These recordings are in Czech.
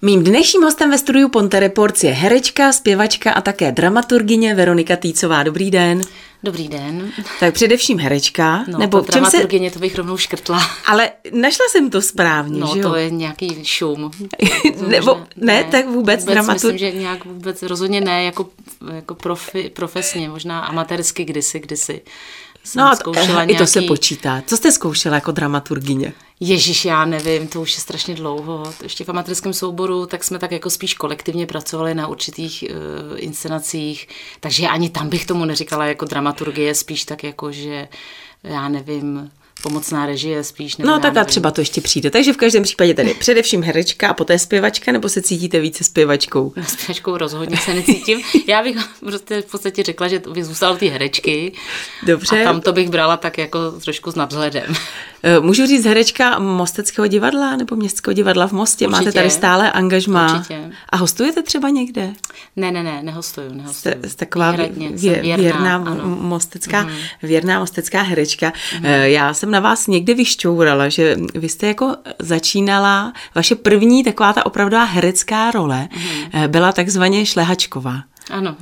Mým dnešním hostem ve studiu Ponte Reports je herečka, zpěvačka a také dramaturgyně Veronika Týcová. Dobrý den. Dobrý den. Tak především herečka. No, nebo dramaturgyně to bych rovnou škrtla. Ale našla jsem to správně, no, že jo? No, to je nějaký šum. Nebo ne, tak vůbec myslím, že nějak vůbec rozhodně ne, jako profesně, možná amatérsky kdysi. No a i to se počítá. Co jste zkoušela jako dramaturgyně? Ježiš, já nevím, to už je strašně dlouho. Ještě v amatérském souboru, tak jsme tak jako spíš kolektivně pracovali na určitých inscenacích, takže ani tam bych tomu neříkala jako dramaturgie, spíš tak jako, že já nevím, pomocná režie spíš. No tak a třeba to ještě přijde. Takže v každém případě tedy především herečka a poté zpěvačka, nebo se cítíte více zpěvačkou? No, zpěvačkou rozhodně se necítím. Já bych prostě v podstatě řekla, že bych zůstala ty herečky. Dobře. A tam to bych brala tak jako trošku s nadhledem. Můžu říct herečka Mosteckého divadla nebo Městského divadla v Mostě? Určitě. Máte tady stále angažmá. Určitě. A hostujete třeba někde? Ne, nehostuju. Jste taková věrná mostecká herečka. Já jsem na vás někde vyšťourala, že vy jste jako začínala, vaše první taková ta opravdová herecká role byla takzvaně šlehačková. Ano.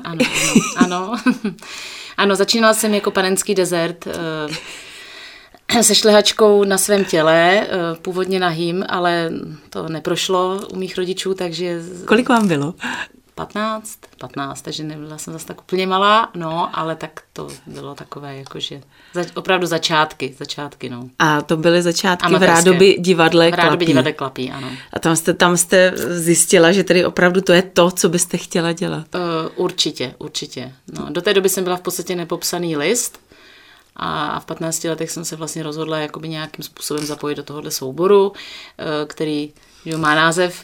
Ano, začínala jsem jako Panenský desert se šlehačkou na svém těle, původně nahým, ale to neprošlo u mých rodičů, takže... Kolik vám bylo? 15, takže nebyla jsem zase tak úplně malá, no, ale tak to bylo takové, jakože opravdu začátky, no. A to byly začátky v Rádoby divadle Klapí. V Rádoby divadle Klapí, ano. A tam jste zjistila, že tedy opravdu to je to, co byste chtěla dělat? Určitě. No, do té doby jsem byla v podstatě nepopsaný list a v 15 letech jsem se vlastně rozhodla jakoby nějakým způsobem zapojit do tohohle souboru, který má název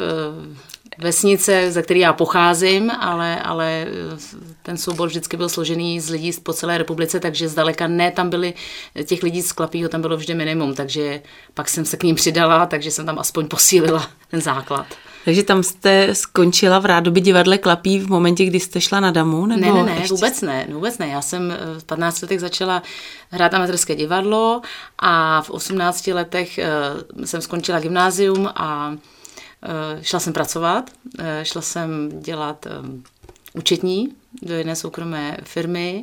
vesnice, ze který já pocházím, ale ten soubor vždycky byl složený z lidí po celé republice, takže zdaleka ne, tam byli těch lidí z Klapího, tam bylo vždy minimum, takže pak jsem se k ním přidala, takže jsem tam aspoň posílila ten základ. Takže tam jste skončila v Rádoby divadle Klapí v momentě, kdy jste šla na damu? Nebo ne, vůbec ne. Já jsem v 15 letech začala hrát amatérské divadlo a v 18 letech jsem skončila gymnázium a šla jsem pracovat, šla jsem dělat účetní do jedné soukromé firmy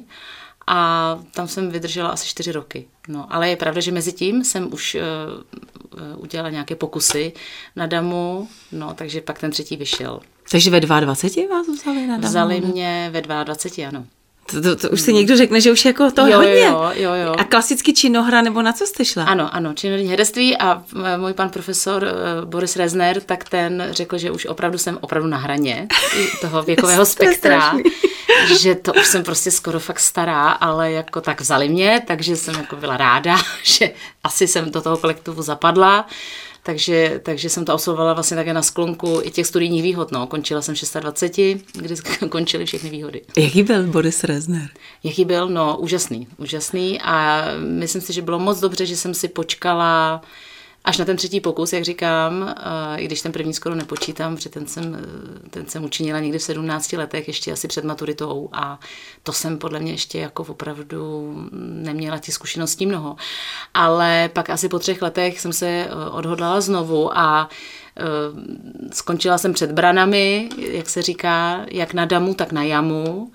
a tam jsem vydržela asi 4 roky. No, ale je pravda, že mezi tím jsem už udělala nějaké pokusy na damu, no, takže pak ten 3. vyšel. Takže ve 22 vás vzali na damu? Vzali mě ve 22, ano. To už si někdo řekne, že už jako to hodně. Jo. A klasicky činohra, nebo na co jste šla? Ano, činoherní herectví a můj pan profesor Boris Rezner, tak ten řekl, že už jsem opravdu na hraně toho věkového spektra, že to už jsem prostě skoro fakt stará, ale jako tak vzali mě, takže jsem jako byla ráda, že asi jsem do toho kolektivu zapadla. Takže jsem to absolvovala vlastně také na sklonku i těch studijních výhod. No. Končila jsem 26, kdy končily všechny výhody. Jaký byl Boris Rezner? Jaký byl? No, úžasný a myslím si, že bylo moc dobře, že jsem si počkala až na ten 3. pokus, jak říkám, i když ten první skoro nepočítám, protože ten jsem učinila někdy v 17 letech, ještě asi před maturitou a to jsem podle mě ještě jako opravdu neměla těch zkušeností mnoho. Ale pak asi po 3 letech jsem se odhodlala znovu a skončila jsem před branami, jak se říká, jak na damu, tak na jamu.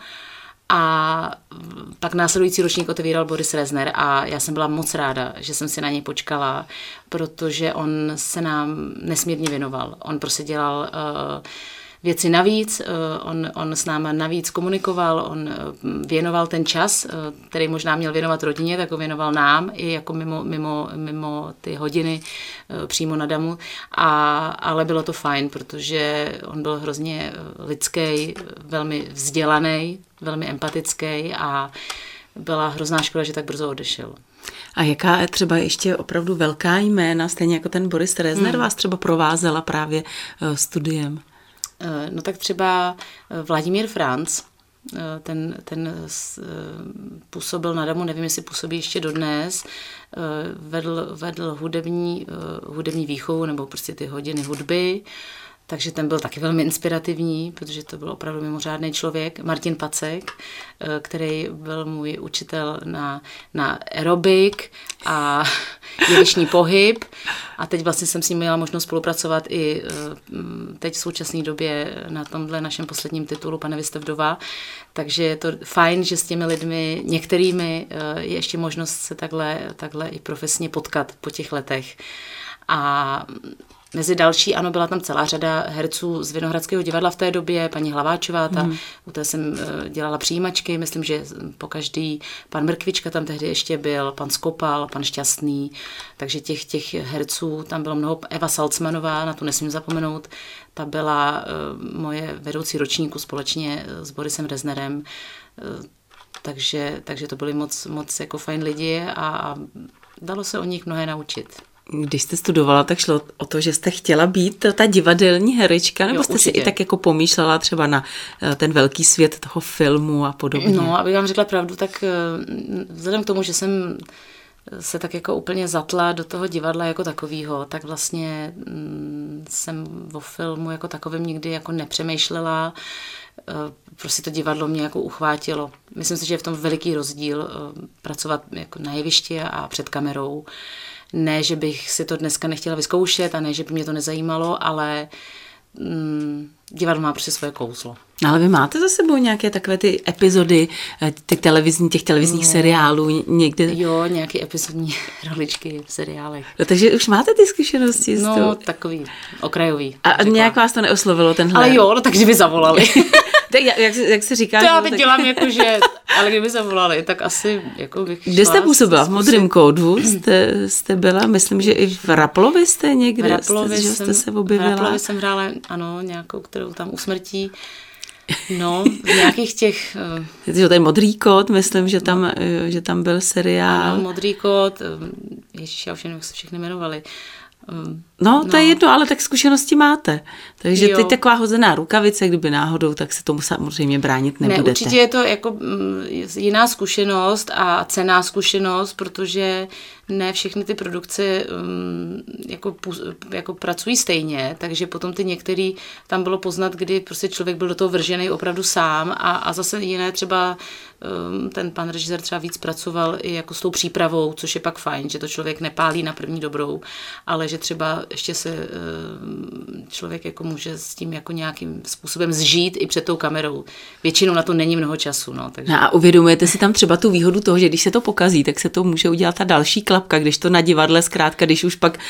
A pak následující ročník otevíral Boris Rezner a já jsem byla moc ráda, že jsem si na něj počkala, protože on se nám nesmírně věnoval. On prostě dělal věci navíc, on s náma navíc komunikoval, on věnoval ten čas, který možná měl věnovat rodině, tak ho věnoval nám i jako mimo ty hodiny přímo na damu, ale bylo to fajn, protože on byl hrozně lidský, velmi vzdělaný, velmi empatický a byla hrozná škoda, že tak brzo odešel. A jaká třeba ještě opravdu velká jména, stejně jako ten Boris Rezner, vás třeba provázela právě studiem? No tak třeba Vladimír Franc, ten působil na damu, nevím, jestli působí ještě dodnes, vedl hudební výchovu nebo prostě ty hodiny hudby, Takže ten byl taky velmi inspirativní, protože to byl opravdu mimořádný člověk. Martin Pacek, který byl můj učitel na aerobik a jevištní pohyb. A teď vlastně jsem s ním měla možnost spolupracovat i teď v současné době na tomhle našem posledním titulu Pane, vy jste vdova. Takže je to fajn, že s těmi lidmi, některými je ještě možnost se takhle i profesně potkat po těch letech. A mezi další, ano, byla tam celá řada herců z Vinohradského divadla v té době, paní Hlaváčová, u té jsem dělala přijímačky, myslím, že po každý, pan Mrkvička tam tehdy ještě byl, pan Skopal, pan Šťastný, takže těch herců tam bylo mnoho. Eva Salcmanová, na tu nesmím zapomenout, ta byla moje vedoucí ročníku společně s Borisem Reznerem, takže to byli moc jako fajn lidi a dalo se o nich mnohé naučit. Když jste studovala, tak šlo o to, že jste chtěla být ta divadelní herečka, nebo jste si i tak jako pomýšlela třeba na ten velký svět toho filmu a podobně? No, abych vám řekla pravdu, tak vzhledem k tomu, že jsem se tak jako úplně zatla do toho divadla jako takového, tak vlastně jsem o filmu jako takovém nikdy jako nepřemýšlela. Prostě to divadlo mě jako uchvátilo. Myslím si, že je v tom veliký rozdíl pracovat jako na jevišti a před kamerou. Ne, že bych si to dneska nechtěla vyzkoušet a ne, že by mě to nezajímalo, ale divadlo má prostě svoje kouzlo. No, ale vy máte za sebou nějaké takové ty epizody těch televizních seriálů někde? Jo, nějaké epizodní roličky v seriálech. No, takže už máte ty zkušenosti? No, takový okrajový. A nějak vás to neoslovilo tenhle? Ale jo, no tak kdyby zavolali. Tak jak se říká? To já teď dělám jako, že, ale kdyby zavolali, tak asi jako bych šla. Kde jste působila? V Modrém kódu jste byla, myslím, že i v Raplovi jste někde, v Raplovi jste se objevila. V Raplovi jsem hrála, ano, nějakou, kterou tam usmrtí. No, v nějakých těch... Ten Modrý kód, myslím, že tam byl seriál. Ano, Modrý kód, ježiš, já už nevím, jak se všechny jmenovali. No, to je jedno, ale tak zkušenosti máte. Takže teď taková hozená rukavice, kdyby náhodou, tak se tomu samozřejmě bránit nebudete. Ne, určitě je to jako jiná zkušenost a cenná zkušenost, protože ne všechny ty produkce jako pracují stejně, takže potom ty některý tam bylo poznat, kdy prostě člověk byl do toho vržený opravdu sám a zase jiné třeba ten pan režisér třeba víc pracoval i jako s tou přípravou, což je pak fajn, že to člověk nepálí na první dobrou, ale že třeba ještě se člověk jako může s tím jako nějakým způsobem zžít i před tou kamerou. Většinou na to není mnoho času. No, takže... No a uvědomujete si tam třeba tu výhodu toho, že když se to pokazí, tak se to může udělat ta další klapka, když to na divadle zkrátka, když už pak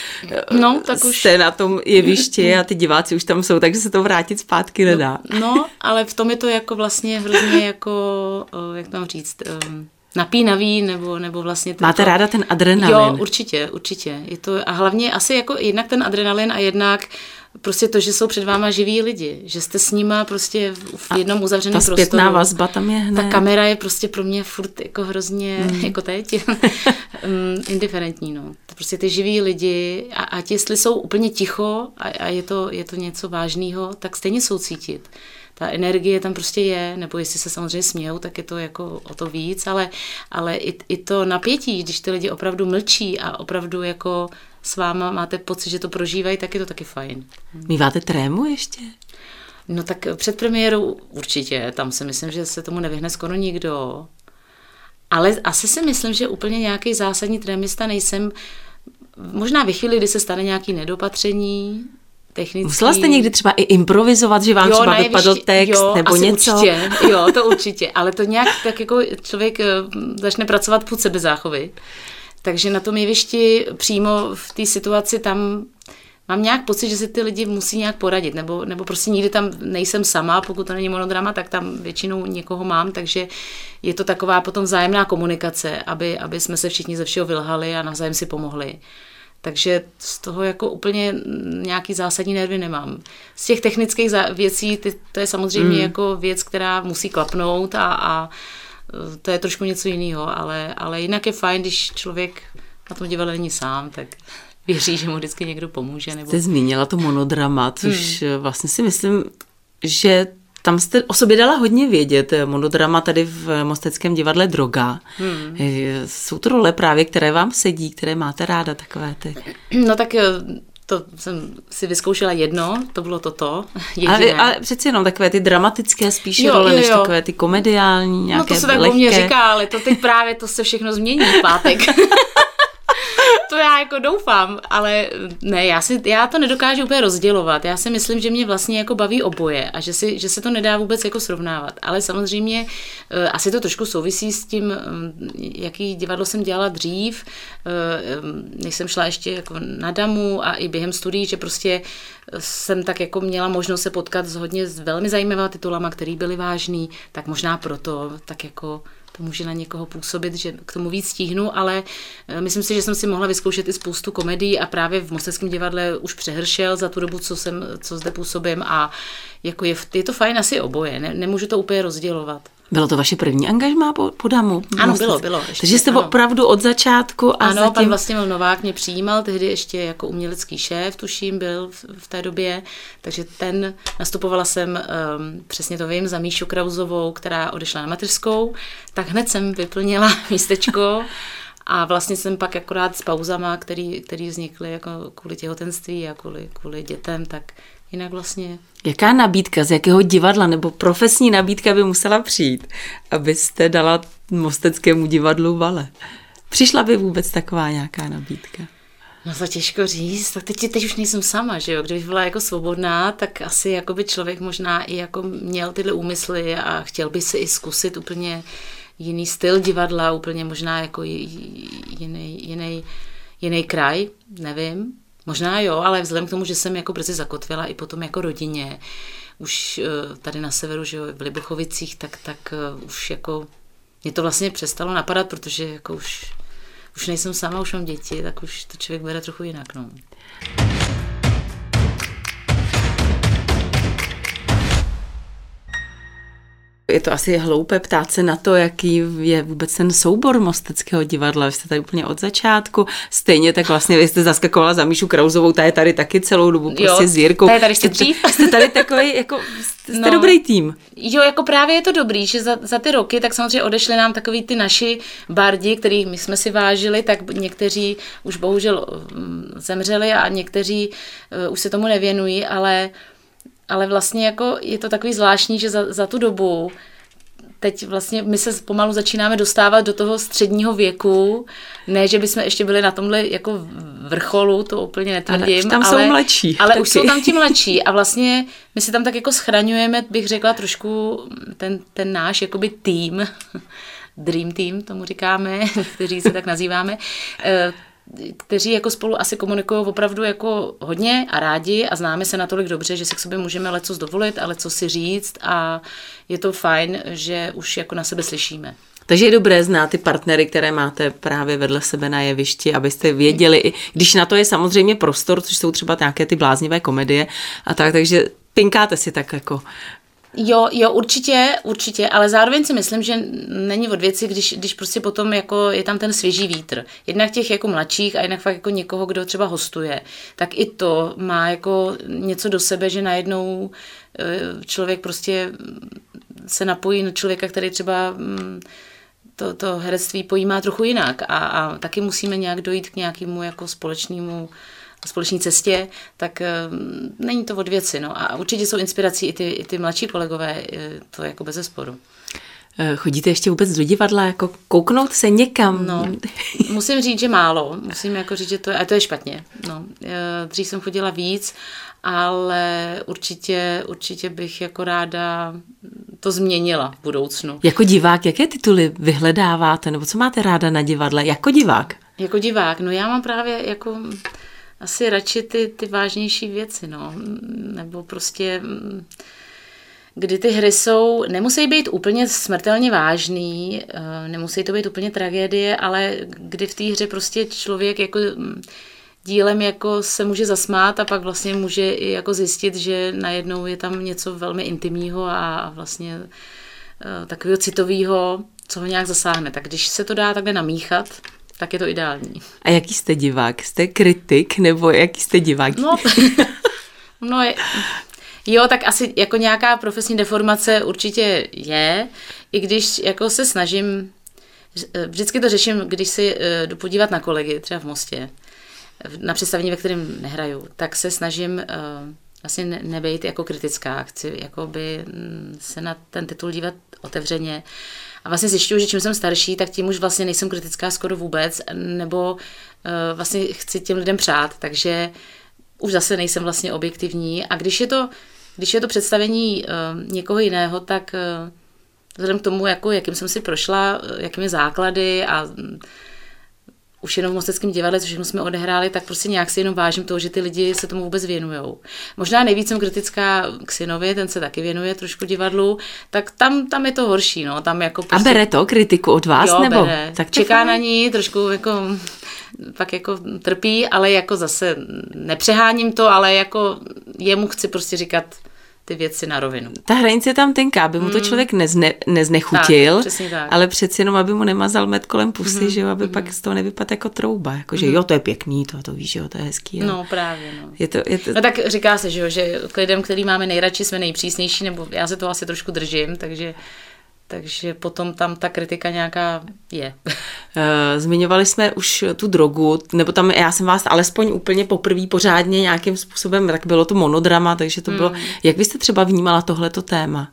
jste na tom jevišti a ty diváci už tam jsou, takže se to vrátit zpátky nedá. No, ale v tom je to jako vlastně hrozně jako, jak to mám říct, napínavý, nebo vlastně... Máte ráda ten adrenalin? Jo, určitě. Je to, a hlavně asi jako jednak ten adrenalin a jednak prostě to, že jsou před váma živí lidi, že jste s nima prostě v jednom uzavřeném prostoru. Ta zpětná vazba tam je hned. Ta kamera je prostě pro mě furt jako hrozně, jako teď, indiferentní, no. Prostě ty živí lidi a jestli jsou úplně ticho a je to něco vážného, tak stejně jsou cítit. Ta energie tam prostě je, nebo jestli se samozřejmě smějou, tak je to jako o to víc, ale i to napětí, když ty lidi opravdu mlčí a opravdu jako s váma máte pocit, že to prožívají, tak je to taky fajn. Míváte trému ještě? No tak před premiérou určitě, tam si myslím, že se tomu nevyhne skoro nikdo. Ale asi si myslím, že úplně nějaký zásadní trémista nejsem. Možná ve chvíli, kdy se stane nějaký nedopatření, technický. Musela jste někdy třeba i improvizovat, že vám třeba vypadl text nebo něco? Určitě, to určitě, ale to nějak tak jako člověk začne pracovat pod sebezáchovy. Takže na tom jevišti přímo v té situaci tam mám nějak pocit, že si ty lidi musí nějak poradit, nebo prostě nikdy tam nejsem sama, pokud to není monodrama, tak tam většinou někoho mám, takže je to taková potom vzájemná komunikace, aby jsme se všichni ze všeho vylhali a navzájem si pomohli. Takže z toho jako úplně nějaký zásadní nervy nemám. Z těch technických věcí, to je samozřejmě jako věc, která musí klapnout a to je trošku něco jiného, ale jinak je fajn, když člověk na tom divadle není sám, tak věří, že mu vždycky někdo pomůže. Jste zmínila to monodrama, což vlastně si myslím, že tam jste o sobě dala hodně vědět. Monodrama tady v Mosteckém divadle Droga. Jsou to role právě, které vám sedí, které máte ráda, takové ty? No tak to jsem si vyzkoušela jedno, to bylo toto. Ale přeci jenom takové ty dramatické spíše role, než takové ty komediální, nějaké no to se tak o mě říká, ale to teď právě to se všechno změní v pátek. To já jako doufám, ale ne, já to nedokážu úplně rozdělovat. Já si myslím, že mě vlastně jako baví oboje a že se to nedá vůbec jako srovnávat. Ale samozřejmě asi to trošku souvisí s tím, jaký divadlo jsem dělala dřív, než jsem šla ještě jako na Damu a i během studií, že prostě jsem tak jako měla možnost se potkat s velmi zajímavými titulama, který byly vážný, tak možná proto tak jako to může na někoho působit, že k tomu víc stíhnu, ale myslím si, že jsem si mohla vyzkoušet i spoustu komedií a právě v Mosteckém divadle už přehršel za tu dobu, co zde působím a jako je to fajn asi oboje, nemůžu to úplně rozdělovat. Bylo to vaše první angažmá po Damu? Ano, bylo. Takže jste opravdu od začátku a zatím... pan Vlastimil Novák mě přijímal, tehdy ještě jako umělecký šéf, tuším, byl v té době, takže nastupovala jsem, přesně to vím, za Míšu Krauzovou, která odešla na mateřskou, tak hned jsem vyplnila místečko a vlastně jsem pak akorát s pauzama, který vznikly jako kvůli těhotenství a kvůli dětem, tak jinak vlastně... Jaká nabídka, z jakého divadla nebo profesní nabídka by musela přijít, abyste dala Mosteckému divadlu Vale? Přišla by vůbec taková nějaká nabídka? No to těžko říct, tak teď už nejsem sama, že jo, kdybych byla jako svobodná, tak asi jako by člověk možná i jako měl tyhle úmysly a chtěl by si i zkusit úplně jiný styl divadla, úplně možná jako jiný kraj, nevím. Možná jo, ale vzhledem k tomu, že jsem jako brzy zakotvila i potom jako rodině, už tady na severu, že jo, v Libuchovicích, tak už jako mě to vlastně přestalo napadat, protože jako už nejsem sama, už mám děti, tak už to člověk bere trochu jinak, no. Je to asi hloupé ptát se na to, jaký je vůbec ten soubor Mosteckého divadla. Vy jste tady úplně od začátku. Stejně tak vlastně vy jste zaskakovala za Míšu Krauzovou, ta je tady taky celou dobu prostě s Jirkou. Ta je tady ještě dřív. Jste tady takový, jako, jste dobrý tým. Jo, jako právě je to dobrý, že za ty roky, tak samozřejmě odešli nám takový ty naši bardi, kterých my jsme si vážili, tak někteří už bohužel zemřeli a někteří už se tomu nevěnují, ale vlastně jako je to takový zvláštní, že za tu dobu teď vlastně my se pomalu začínáme dostávat do toho středního věku, ne, že bychom ještě byli na tomhle jako vrcholu, to úplně netvrdím. Ale jsou mladší. Ale už jsou tam ti mladší a vlastně my si tam tak jako schraňujeme, bych řekla trošku ten náš jakoby tým, Dream Team tomu říkáme, kteří se tak nazýváme, kteří jako spolu asi komunikují opravdu jako hodně a rádi a známe se natolik dobře, že si k sobě můžeme lecos dovolit a lecos si říct a je to fajn, že už jako na sebe slyšíme. Takže je dobré znát ty partnery, které máte právě vedle sebe na jevišti, abyste věděli, i když na to je samozřejmě prostor, což jsou třeba nějaké ty bláznivé komedie a tak, takže pinkáte si tak jako... Jo, určitě, ale zároveň si myslím, že není od věci, když prostě potom jako je tam ten svěží vítr. Jednak těch jako mladších a jednak fakt jako někoho, kdo třeba hostuje, tak i to má jako něco do sebe, že najednou člověk prostě se napojí na člověka, který třeba to herectví pojímá trochu jinak a taky musíme nějak dojít k nějakému jako společné cestě, tak není to od věci. No. A určitě jsou inspirací i ty mladší kolegové, to jako bezesporu. Chodíte ještě vůbec do divadla, jako kouknout se někam? No, musím říct, že málo. Musím jako říct, že to je špatně. No. Dřív jsem chodila víc, ale určitě bych jako ráda to změnila v budoucnu. Jako divák, jaké tituly vyhledáváte, nebo co máte ráda na divadle? Jako divák? Jako divák, no já mám právě jako... Asi radši ty vážnější věci, no. Nebo prostě, kdy ty hry nemusí být úplně smrtelně vážný, nemusí to být úplně tragédie, ale kdy v té hře prostě člověk jako dílem jako se může zasmát a pak vlastně může i jako zjistit, že najednou je tam něco velmi intimního a vlastně takového citového, co ho nějak zasáhne. Tak když se to dá takhle namíchat, tak je to ideální. A jaký jste divák? Jste kritik nebo jaký jste divák? Jo, tak asi jako nějaká profesní deformace určitě je, i když jako se snažím, vždycky to řeším, když si jdu podívat na kolegy, třeba v Mostě, na představení, ve kterém nehraju, tak se snažím vlastně nebejt jako kritická. Chci jakoby se na ten titul dívat otevřeně. A vlastně zjišťuju, že čím jsem starší, tak tím už vlastně nejsem kritická skoro vůbec, nebo vlastně chci těm lidem přát, takže už zase nejsem vlastně objektivní. A když je to představení někoho jiného, tak vzhledem k tomu, jako, jakým jsem si prošla, jakými základy a už jenom v Mosteckém divadle, co všechno jsme odehráli, tak prostě nějak si jenom vážím toho, že ty lidi se tomu vůbec věnujou. Možná nejvíc jsem kritická k synovi, ten se taky věnuje trošku divadlu, tak tam je to horší, no, tam jako prostě... A bere to kritiku od vás, jo, nebo? Bere. Tak čeká na ní, trošku jako pak jako trpí, ale jako zase nepřeháním to, ale jako jemu chci prostě říkat ty věci na rovinu. Ta hranice je tam tenká, aby mu to člověk neznechutil, tak. Ale přeci jenom, aby mu nemazal med kolem pusy, že jo, aby pak z toho nevypadl jako trouba, jakože jo, to je pěkný, to víš, jo, to je hezký. No právě, no. Je to... No tak říká se, že jo, že k lidem, který máme nejradši, jsme nejpřísnější, nebo já se to asi trošku držím, takže potom tam ta kritika nějaká je. Zmiňovali jsme už tu drogu, nebo tam já jsem vás alespoň úplně poprvé pořádně nějakým způsobem, tak bylo to monodrama, takže to bylo... Jak byste třeba vnímala tohleto téma?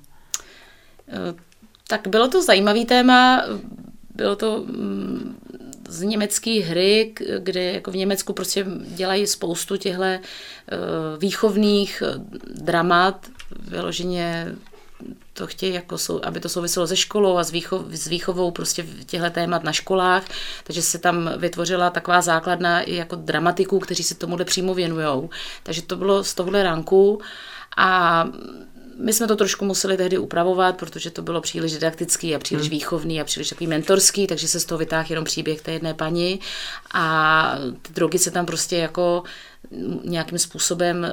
Tak bylo to zajímavý téma, bylo to z německé hry, kde jako v Německu prostě dělají spoustu těchto výchovných dramat, vyloženě to chtějí, jako aby to souviselo se školou a s výchovou prostě těchto témat na školách, takže se tam vytvořila taková základna i jako dramatiků, kteří se tomuhle přímo věnujou. Takže to bylo z tohohle ranku a my jsme to trošku museli tehdy upravovat, protože to bylo příliš didaktický a příliš výchovný a příliš takový mentorský, takže se z toho vytáhl jenom příběh té jedné paní a ty drogy se tam prostě jako nějakým způsobem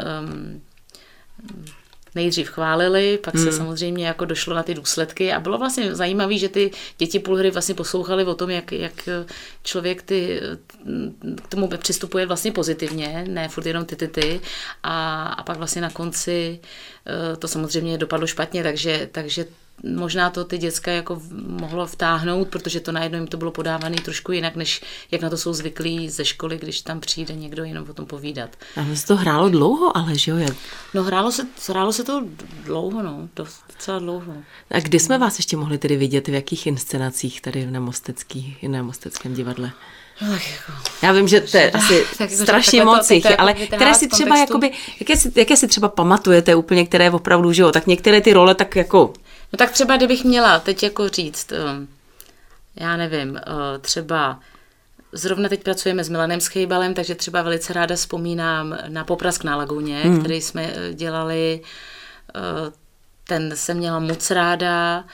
nejdřív chválili, pak se samozřejmě jako došlo na ty důsledky a bylo vlastně zajímavé, že ty děti půl hry vlastně poslouchali o tom, jak člověk k tomu přistupuje vlastně pozitivně, ne furt jenom ty a pak vlastně na konci to samozřejmě dopadlo špatně, takže možná to ty děcka jako mohlo vtáhnout, protože to najednou jim to bylo podávané trošku jinak, než jak na to jsou zvyklí ze školy, když tam přijde někdo jenom o tom povídat. A se to hrálo dlouho, ale že jo? No hrálo se to dlouho, no, docela dlouho. A kdy jsme vás ještě mohli tedy vidět, v jakých inscenacích tady na Mosteckém divadle? Já vím, že to je asi strašně moc jich, ale které si třeba jakoby, jaké si třeba pamatujete úplně, které opravdu, že jo, tak některé ty role tak jako... No tak třeba, kdybych měla teď jako říct, já nevím, třeba zrovna teď pracujeme s Milanem Schejbalem, takže třeba velice ráda vzpomínám na Poprask na laguně, který jsme dělali, ten jsem měla moc ráda,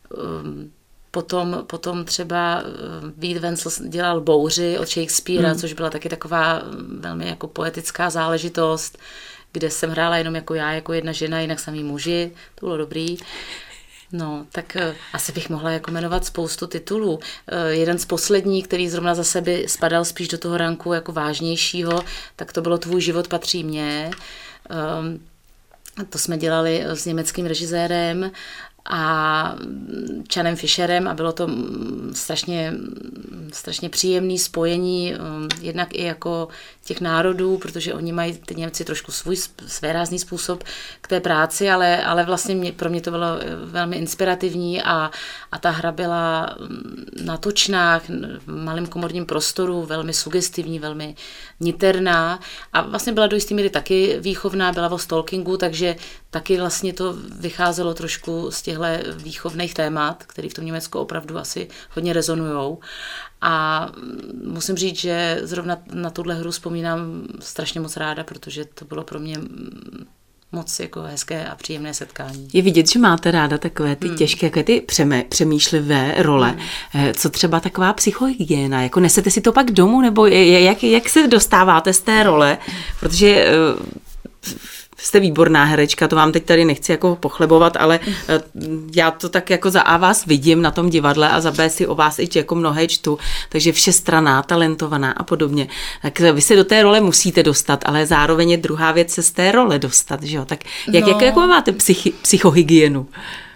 Potom třeba Vít Vencel dělal Bouři od Shakespearea, což byla taky taková velmi jako poetická záležitost, kde jsem hrála jenom jako já, jako jedna žena, jinak samý muži. To bylo dobrý. No, tak asi bych mohla jako jmenovat spoustu titulů. Jeden z posledních, který zrovna za sebe spadal spíš do toho ranku jako vážnějšího, tak to bylo Tvůj život patří mně. To jsme dělali s německým režisérem a Čanem Fischerem a bylo to strašně příjemné spojení, jednak i jako těch národů, protože oni mají ty Němci trošku svérázný způsob k té práci, ale vlastně pro mě to bylo velmi inspirativní a ta hra byla na točnách, v malém komorním prostoru, velmi sugestivní, velmi niterná a vlastně byla do jisté míry taky výchovná, byla o stalkingu, takže taky vlastně to vycházelo trošku z těchto výchovných témat, které v tom Německu opravdu asi hodně rezonujou. A musím říct, že zrovna na tuhle hru vzpomínám strašně moc ráda, protože to bylo pro mě moc jako hezké a příjemné setkání. Je vidět, že máte ráda takové ty těžké, takové ty přemýšlivé role. Co třeba taková psychohygiena? Jako nesete si to pak domů, nebo jak se dostáváte z té role? Protože jste výborná herečka, to vám teď tady nechci jako pochlebovat, ale já to tak jako za A vás vidím na tom divadle a za B si o vás i jako mnohé čtu, takže všestranná, talentovaná a podobně. Tak vy se do té role musíte dostat, ale zároveň je druhá věc se z té role dostat, že jo? Tak jak máte psychohygienu?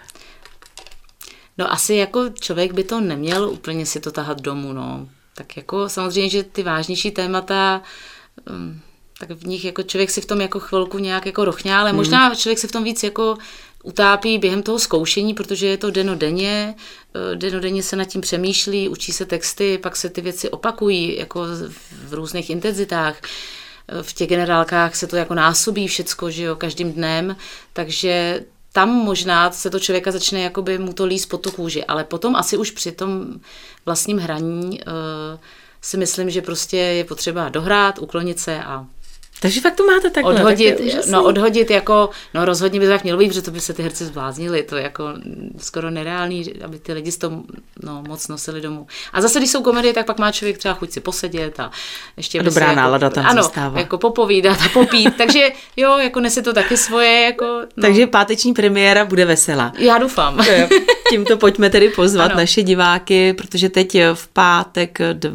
No asi jako člověk by to neměl úplně si to tahat domů, no. Tak jako samozřejmě, že ty vážnější témata tak v nich jako člověk si v tom jako chvilku nějak jako rochňá, ale možná člověk se v tom víc jako utápí během toho zkoušení, protože je to dennodenně se nad tím přemýšlí, učí se texty, pak se ty věci opakují jako v různých intenzitách. V těch generálkách se to jako násobí všecko, že jo, každým dnem, takže tam možná se to člověka začne, jakoby mu to líst po tu kůži, ale potom asi už při tom vlastním hraní si myslím, že prostě je potřeba dohrát, uklonit se a takže fakt to máte takhle. Odhodit jako, rozhodně by to tak mělo být, protože to by se ty herci zbláznili, to je jako skoro nereálný, aby ty lidi to moc nosili domů. A zase, když jsou komedie, tak pak má člověk třeba chuť si posedět a ještě a dobrá jako, nálada tam zůstává. Jako popovídat a popít, takže jo, jako nese to taky svoje, jako. Takže páteční premiéra bude veselá. Já doufám. Tímto pojďme tedy pozvat naše diváky, protože teď v pátek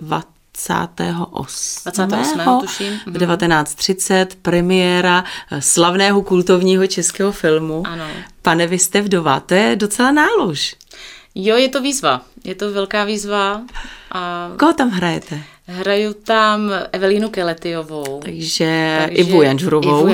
28. tuším. 19:30 premiéra slavného kultovního českého filmu. Ano. Pane, vy jste vdova, to je docela nálož. Jo, je to výzva. Je to velká výzva. Koho tam hrajete? Hraju tam Evelínu Keletiovou. Takže Ivu Janžurovou.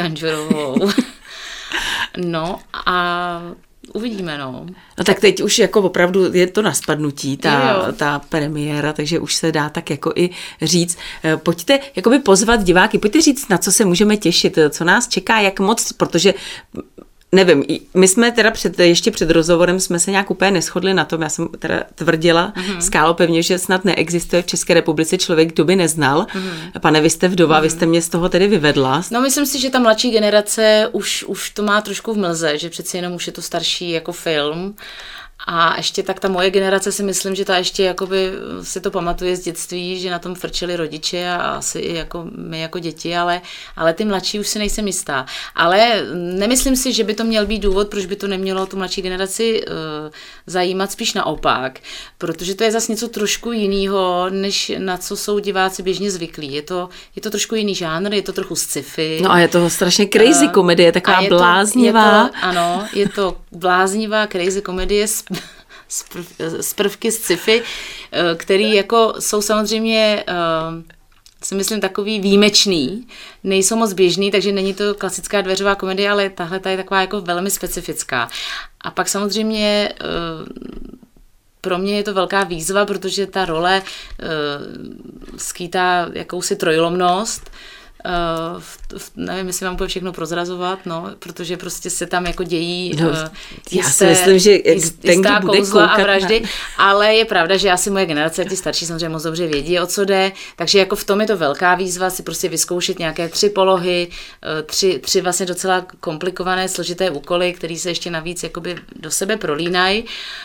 No a uvidíme, no. No tak teď už jako opravdu je to na spadnutí, ta premiéra, takže už se dá tak jako i říct. Pojďte jakoby pozvat diváky, pojďte říct, na co se můžeme těšit, co nás čeká, jak moc, protože nevím, my jsme teda ještě před rozhovorem jsme se nějak úplně neshodli na tom, já jsem teda tvrdila skálopevně, že snad neexistuje v České republice člověk, kdo by neznal. Pane, vy jste vdova, vy jste mě z toho tedy vyvedla. No myslím si, že ta mladší generace už to má trošku v mlze, že přeci jenom už je to starší jako film. A ještě tak ta moje generace si myslím, že ta ještě jakoby si to pamatuje z dětství, že na tom frčeli rodiče a asi i jako my jako děti, ale ty mladší už si nejsem jistá. Ale nemyslím si, že by to měl být důvod, proč by to nemělo tu mladší generaci zajímat, spíš naopak, protože to je zase něco trošku jiného, než na co jsou diváci běžně zvyklí. Je to trošku jiný žánr, je to trochu sci-fi. No a je to strašně crazy komedie, taková bláznivá. Ano, je to bláznivá crazy komedie z prvky sci-fi, který jako jsou samozřejmě si myslím takový výjimečný, nejsou moc běžný, takže není to klasická dveřová komedie, ale tahle je taková jako velmi specifická. A pak samozřejmě pro mě je to velká výzva, protože ta role skýtá jakousi trojlomnost, nevím, jestli mám všechno prozrazovat, protože prostě se tam jako dějí já si myslím, že ten, kdo bude kouzla koukat a vraždy, ale je pravda, že asi moje generace, ti starší samozřejmě moc dobře vědí, o co jde, takže jako v tom je to velká výzva si prostě vyzkoušet nějaké 3 polohy, 3 vlastně docela komplikované, složité úkoly, které se ještě navíc jakoby do sebe prolínají.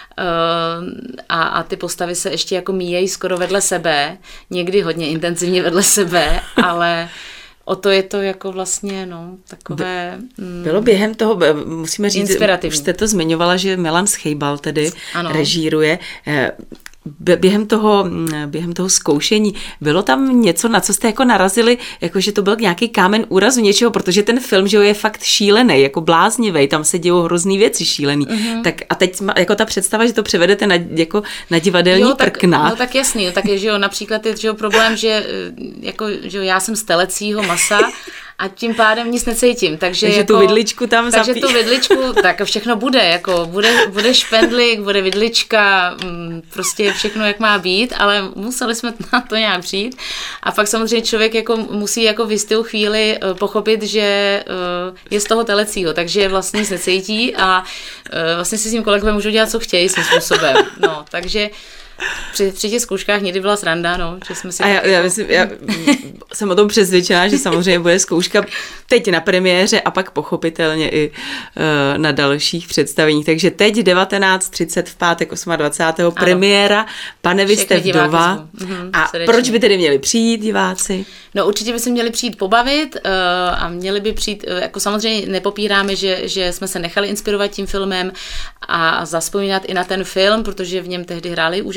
A ty postavy se ještě jako míjejí skoro vedle sebe, někdy hodně intenzivně vedle sebe, ale o to je to jako vlastně, takové bylo během toho, musíme říct, už jste to zmiňovala, že Milan Schejbal tedy režíruje. Během toho zkoušení bylo tam něco, na co jste jako narazili, jako že to byl nějaký kámen úrazu něčeho, protože ten film, že je fakt šílený, jako bláznivý, tam se dějou hrozný věci šílený. Tak a teď jako ta představa, že to převedete na divadelní prkna. No tak jasný, tak je, že jo, například je, že jo, problém, že jako, že jo, já jsem z telecího masa a tím pádem nic necítím. Takže jako, tu vidličku tam takže tu vidličku, tak všechno bude, jako bude špendlík, bude vidlička, prostě všechno, jak má být, ale museli jsme na to nějak přijít. A pak samozřejmě člověk jako musí jako v jistou chvíli pochopit, že je z toho telecího, takže vlastně nic necítí a vlastně si s tím kolegové můžou dělat, co chtějí svým způsobem. No, takže při těch zkouškách někdy byla sranda, že jsme si... A já jsem o tom přesvědčená, že samozřejmě bude zkouška teď na premiéře a pak pochopitelně i na dalších představeních. Takže teď 19:30 v pátek 28. premiéra. Pane, vy jste vdova. A srdečně. Proč by tedy měli přijít diváci? No určitě by se měli přijít pobavit a měli by přijít, jako samozřejmě nepopíráme, že jsme se nechali inspirovat tím filmem a zazpomínat i na ten film, protože v něm tehdy hráli úžasný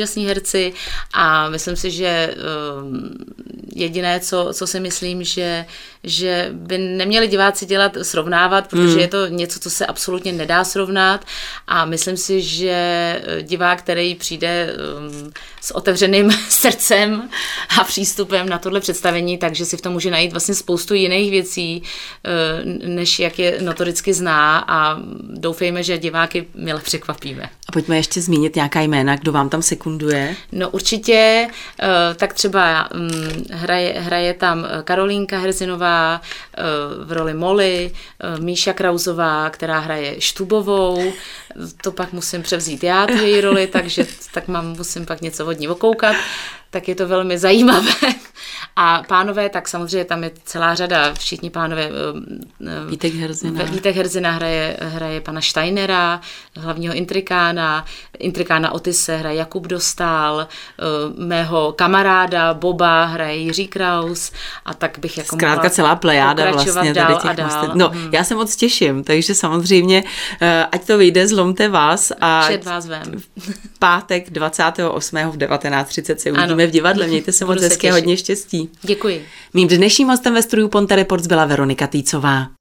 úžasní herci a myslím si, že jediné, co si myslím, že by neměli diváci srovnávat, protože je to něco, co se absolutně nedá srovnat a myslím si, že divák, který přijde s otevřeným srdcem a přístupem na tohle představení, takže si v tom může najít vlastně spoustu jiných věcí, než jak je notoricky zná a doufejme, že diváky mile překvapíme. A pojďme ještě zmínit nějaká jména, kdo vám tam sekunduje? No určitě, tak třeba hraje tam Karolínka Herzinová v roli Molly, Míša Krausová, která hraje Štubovou, to pak musím převzít já tu její roli, takže tak musím pak něco od ní okoukat, tak je to velmi zajímavé. A pánové, tak samozřejmě tam je celá řada, všichni pánové. Vítek Herzina hraje pana Steinera, hlavního intrikána Otise hraje Jakub Dostál, mého kamaráda Boba hraje Jiří Kraus a tak bych jako zkrátka celá plejáda vlastně tady těch mostů. No, já se moc těším, takže samozřejmě, ať to vyjde, zlomte vás a před vás vem. V pátek 28. v 19:30 se uvidíme v divadle. Mějte se moc hezky, hodně štěstí. Děkuji. Mým dnešním hostem ve studiu Ponte Reports byla Veronika Týcová.